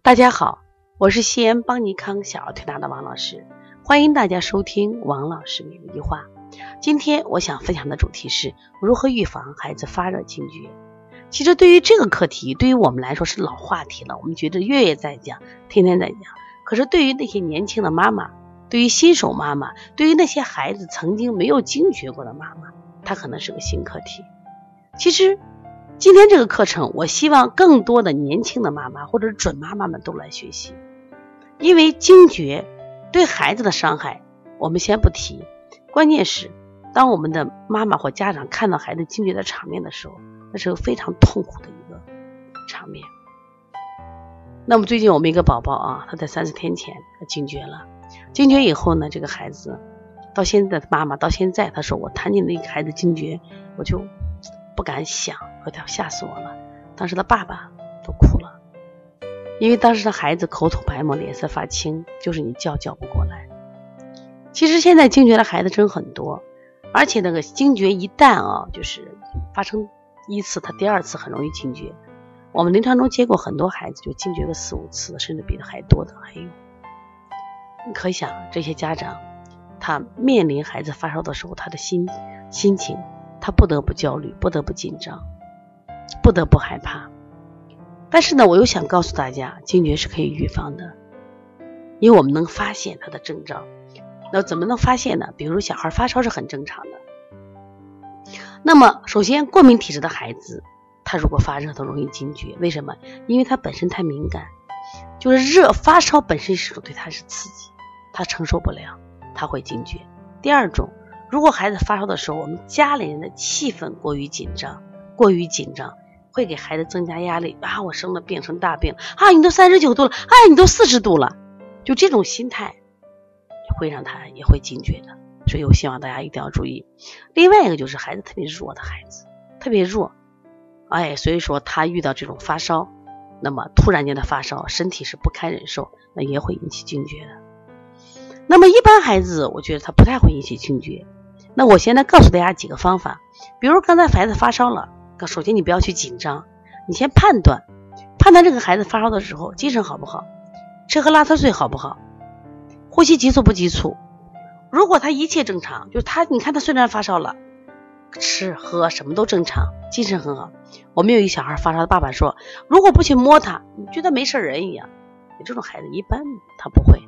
大家好，我是西安邦尼康小儿推拿的王老师，欢迎大家收听王老师每日一句话。今天我想分享的主题是如何预防孩子发热惊厥。其实对于这个课题，对于我们来说是老话题了，我们觉得月月在讲，天天在讲。可是对于那些年轻的妈妈，对于新手妈妈，对于那些孩子曾经没有惊厥过的妈妈，它可能是个新课题。其实今天这个课程，我希望更多的年轻的妈妈或者准妈妈们都来学习。因为惊厥对孩子的伤害我们先不提，关键是当我们的妈妈或家长看到孩子惊厥的场面的时候，那是个非常痛苦的一个场面。那么最近我们一个宝宝啊，他在30天前他惊厥了，惊厥以后呢，这个孩子到现在妈妈到现在他说我谈起那个孩子惊厥我就不敢想，吓死我了。当时他爸爸都哭了，因为当时的孩子口吐白沫，脸色发青，就是你叫不过来。其实现在惊厥的孩子真很多，而且那个惊厥一旦就是发生一次，他第二次很容易惊厥。我们临床中接过很多孩子就惊厥个4、5次，甚至比他还多的还有。你可想这些家长他面临孩子发烧的时候，他的心情他不得不焦虑，不得不紧张，不得不害怕。但是呢，我又想告诉大家，惊厥是可以预防的，因为我们能发现他的征兆。那怎么能发现呢？比如小孩发烧是很正常的。那么首先过敏体质的孩子，他如果发热都容易惊厥，为什么？因为他本身太敏感，就是发烧本身是对他是刺激，他承受不了，他会惊厥。第二种，如果孩子发烧的时候，我们家里人的气氛过于紧张，会给孩子增加压力啊！我生了病，生大病啊！你都39度了，哎，你都40度了，就这种心态会让他也会惊厥的。所以我希望大家一定要注意。另外一个就是孩子特别弱的孩子，特别弱，所以说他遇到这种发烧，那么突然间的发烧，身体是不堪忍受，那也会引起惊厥的。那么一般孩子，我觉得他不太会引起惊厥。那我现在告诉大家几个方法，比如刚才孩子发烧了，首先你不要去紧张，你先判断这个孩子发烧的时候精神好不好，吃喝拉撒睡好不好，呼吸急促不急促。如果他一切正常，就是你看他虽然发烧了，吃喝什么都正常，精神很好。我们有一小孩发烧的爸爸说，如果不去摸他，你觉得没事人一样。这种孩子一般他不会。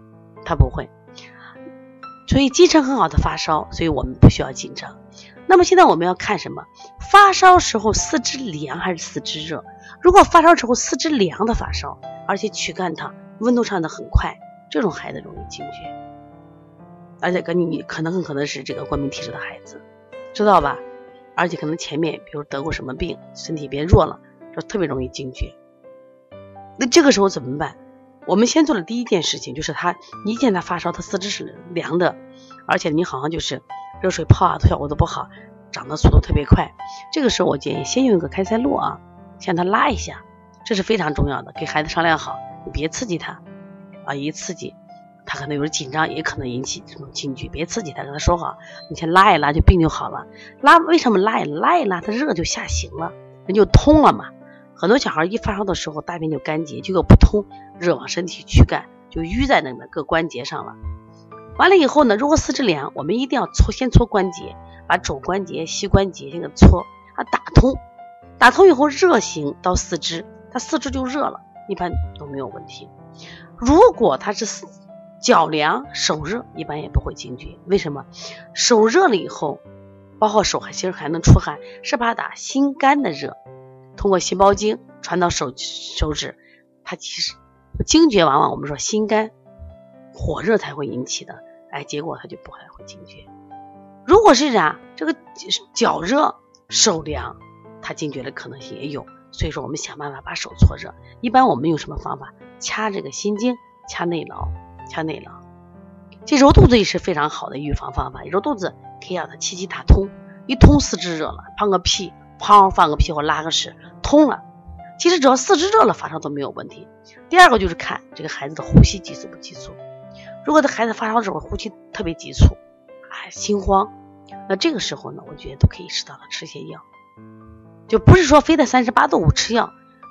所以精神很好的发烧，所以我们不需要紧张。那么现在我们要看什么？发烧时候四肢凉还是四肢热？如果发烧时候四肢凉的发烧，而且躯干烫，温度上的很快，这种孩子容易惊厥，而且你很可能是这个过敏体质的孩子，知道吧？而且可能前面比如得过什么病，身体变弱了，就特别容易惊厥。那这个时候怎么办？我们先做的第一件事情就是一见他发烧，他四肢是凉的，而且你好像就是热水泡效果都不好，长的速度特别快。这个时候我建议先用一个开塞露向他拉一下，这是非常重要的。给孩子商量好，你别刺激他一刺激他可能有点紧张，也可能引起这种惊厥，别刺激他，跟他说好，你先拉一拉就病就好了。为什么拉一拉他热就下行了，人就通了嘛。很多小孩一发烧的时候大便就干结，结果不通，热往身体躯干就淤在那个各关节上了。完了以后呢，如果四肢凉，我们一定要先搓关节，把肘关节、膝关节这个搓打通以后热行到四肢，他四肢就热了，一般都没有问题。如果他是脚凉手热，一般也不会惊厥。为什么？手热了以后，包括手其实还能出汗，是把它心肝的热通过心包经传到手指，它其实惊厥往往我们说心肝火热才会引起的，结果它就不会惊厥。如果是这个脚热手凉，它惊厥的可能性也有。所以说我们想办法把手搓热。一般我们用什么方法？掐这个心经，掐内劳。这揉肚子也是非常好的预防方法。揉肚子可以让它气机打通，一通四肢热了，放个屁或拉个屎通了。其实只要四肢热了，发烧都没有问题。第二个就是看这个孩子的呼吸急促不急促。如果这孩子发烧的时候呼吸特别急促，心慌，那这个时候呢，我觉得都可以适当的吃些药，就不是说非得38度5吃药，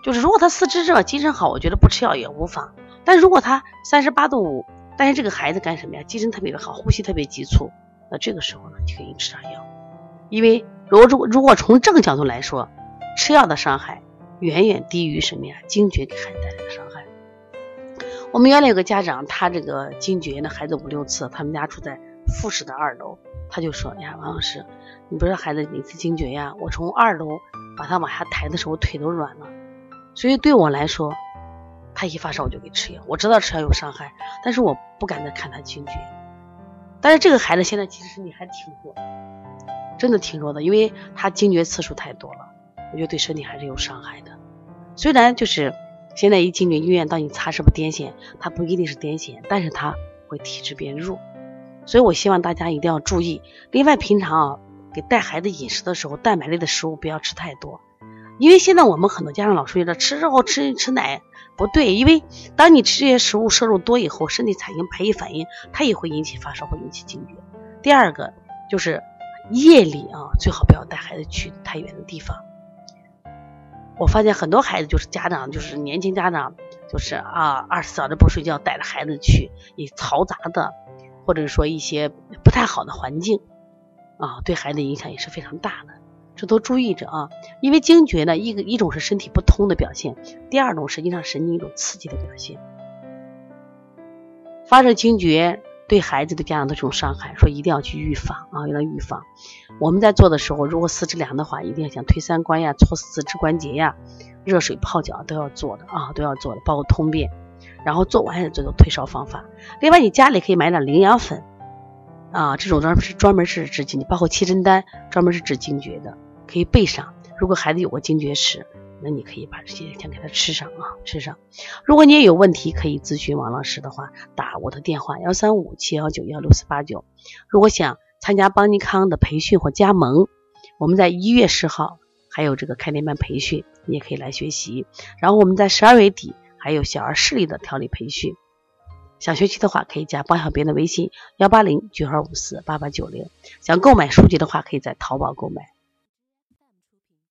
就是如果他四肢正精神好，我觉得不吃药也无妨。但如果他38度5，但是这个孩子干什么呀？精神特别的好，呼吸特别急促，那这个时候呢就可以吃点药。因为如果从这个角度来说，吃药的伤害远远低于什么呀？惊厥给孩子带来的伤害。我们原来有个家长，他这个惊厥呢，孩子5、6次，他们家住在复式的2楼，他就说呀，王老师，你不知道孩子哪次惊厥呀？我从2楼把他往下抬的时候腿都软了。所以对我来说，他一发烧我就给吃药，我知道吃药有伤害，但是我不敢再看他惊厥。但是这个孩子现在其实身体还挺弱，真的挺弱的，因为他惊厥次数太多了，我觉得对身体还是有伤害的。虽然就是现在一惊厥医院到你查是不是癫痫，它不一定是癫痫，但是它会体质变弱，所以我希望大家一定要注意。另外平常给带孩子饮食的时候，蛋白类的食物不要吃太多，因为现在我们很多家长老是觉得吃肉吃奶不对，因为当你吃这些食物摄入多以后，身体产生排异反应，它也会引起发烧，会引起惊厥。第二个就是夜里最好不要带孩子去太远的地方。我发现很多孩子就是家长，就是年轻家长，就是24小时不睡觉，带着孩子去以嘈杂的或者说一些不太好的环境对孩子影响也是非常大的，这都注意着因为惊厥呢，一种是身体不通的表现，第二种实际上神经一种刺激的表现。发热惊厥对孩子对家长都是一种伤害，说一定要去预防一定要预防。我们在做的时候，如果四肢凉的话，一定要像推三关呀、搓四肢关节呀、热水泡脚都要做的都要做的，包括通便。然后做完还做退烧方法。另外你家里可以买点羚羊粉这种专门是治惊厥，包括七珍丹专门是治惊厥的，可以备上。如果孩子有过惊厥史，那你可以把这些先给他吃上。如果你也有问题可以咨询王老师的话，打我的电话13571916489。如果想参加邦尼康的培训或加盟，我们在1月10号还有这个开年班培训，你也可以来学习。然后我们在12月底还有小儿视力的调理培训，想学习的话可以加邦小编的微信18092548890。想购买书籍的话可以在淘宝购买。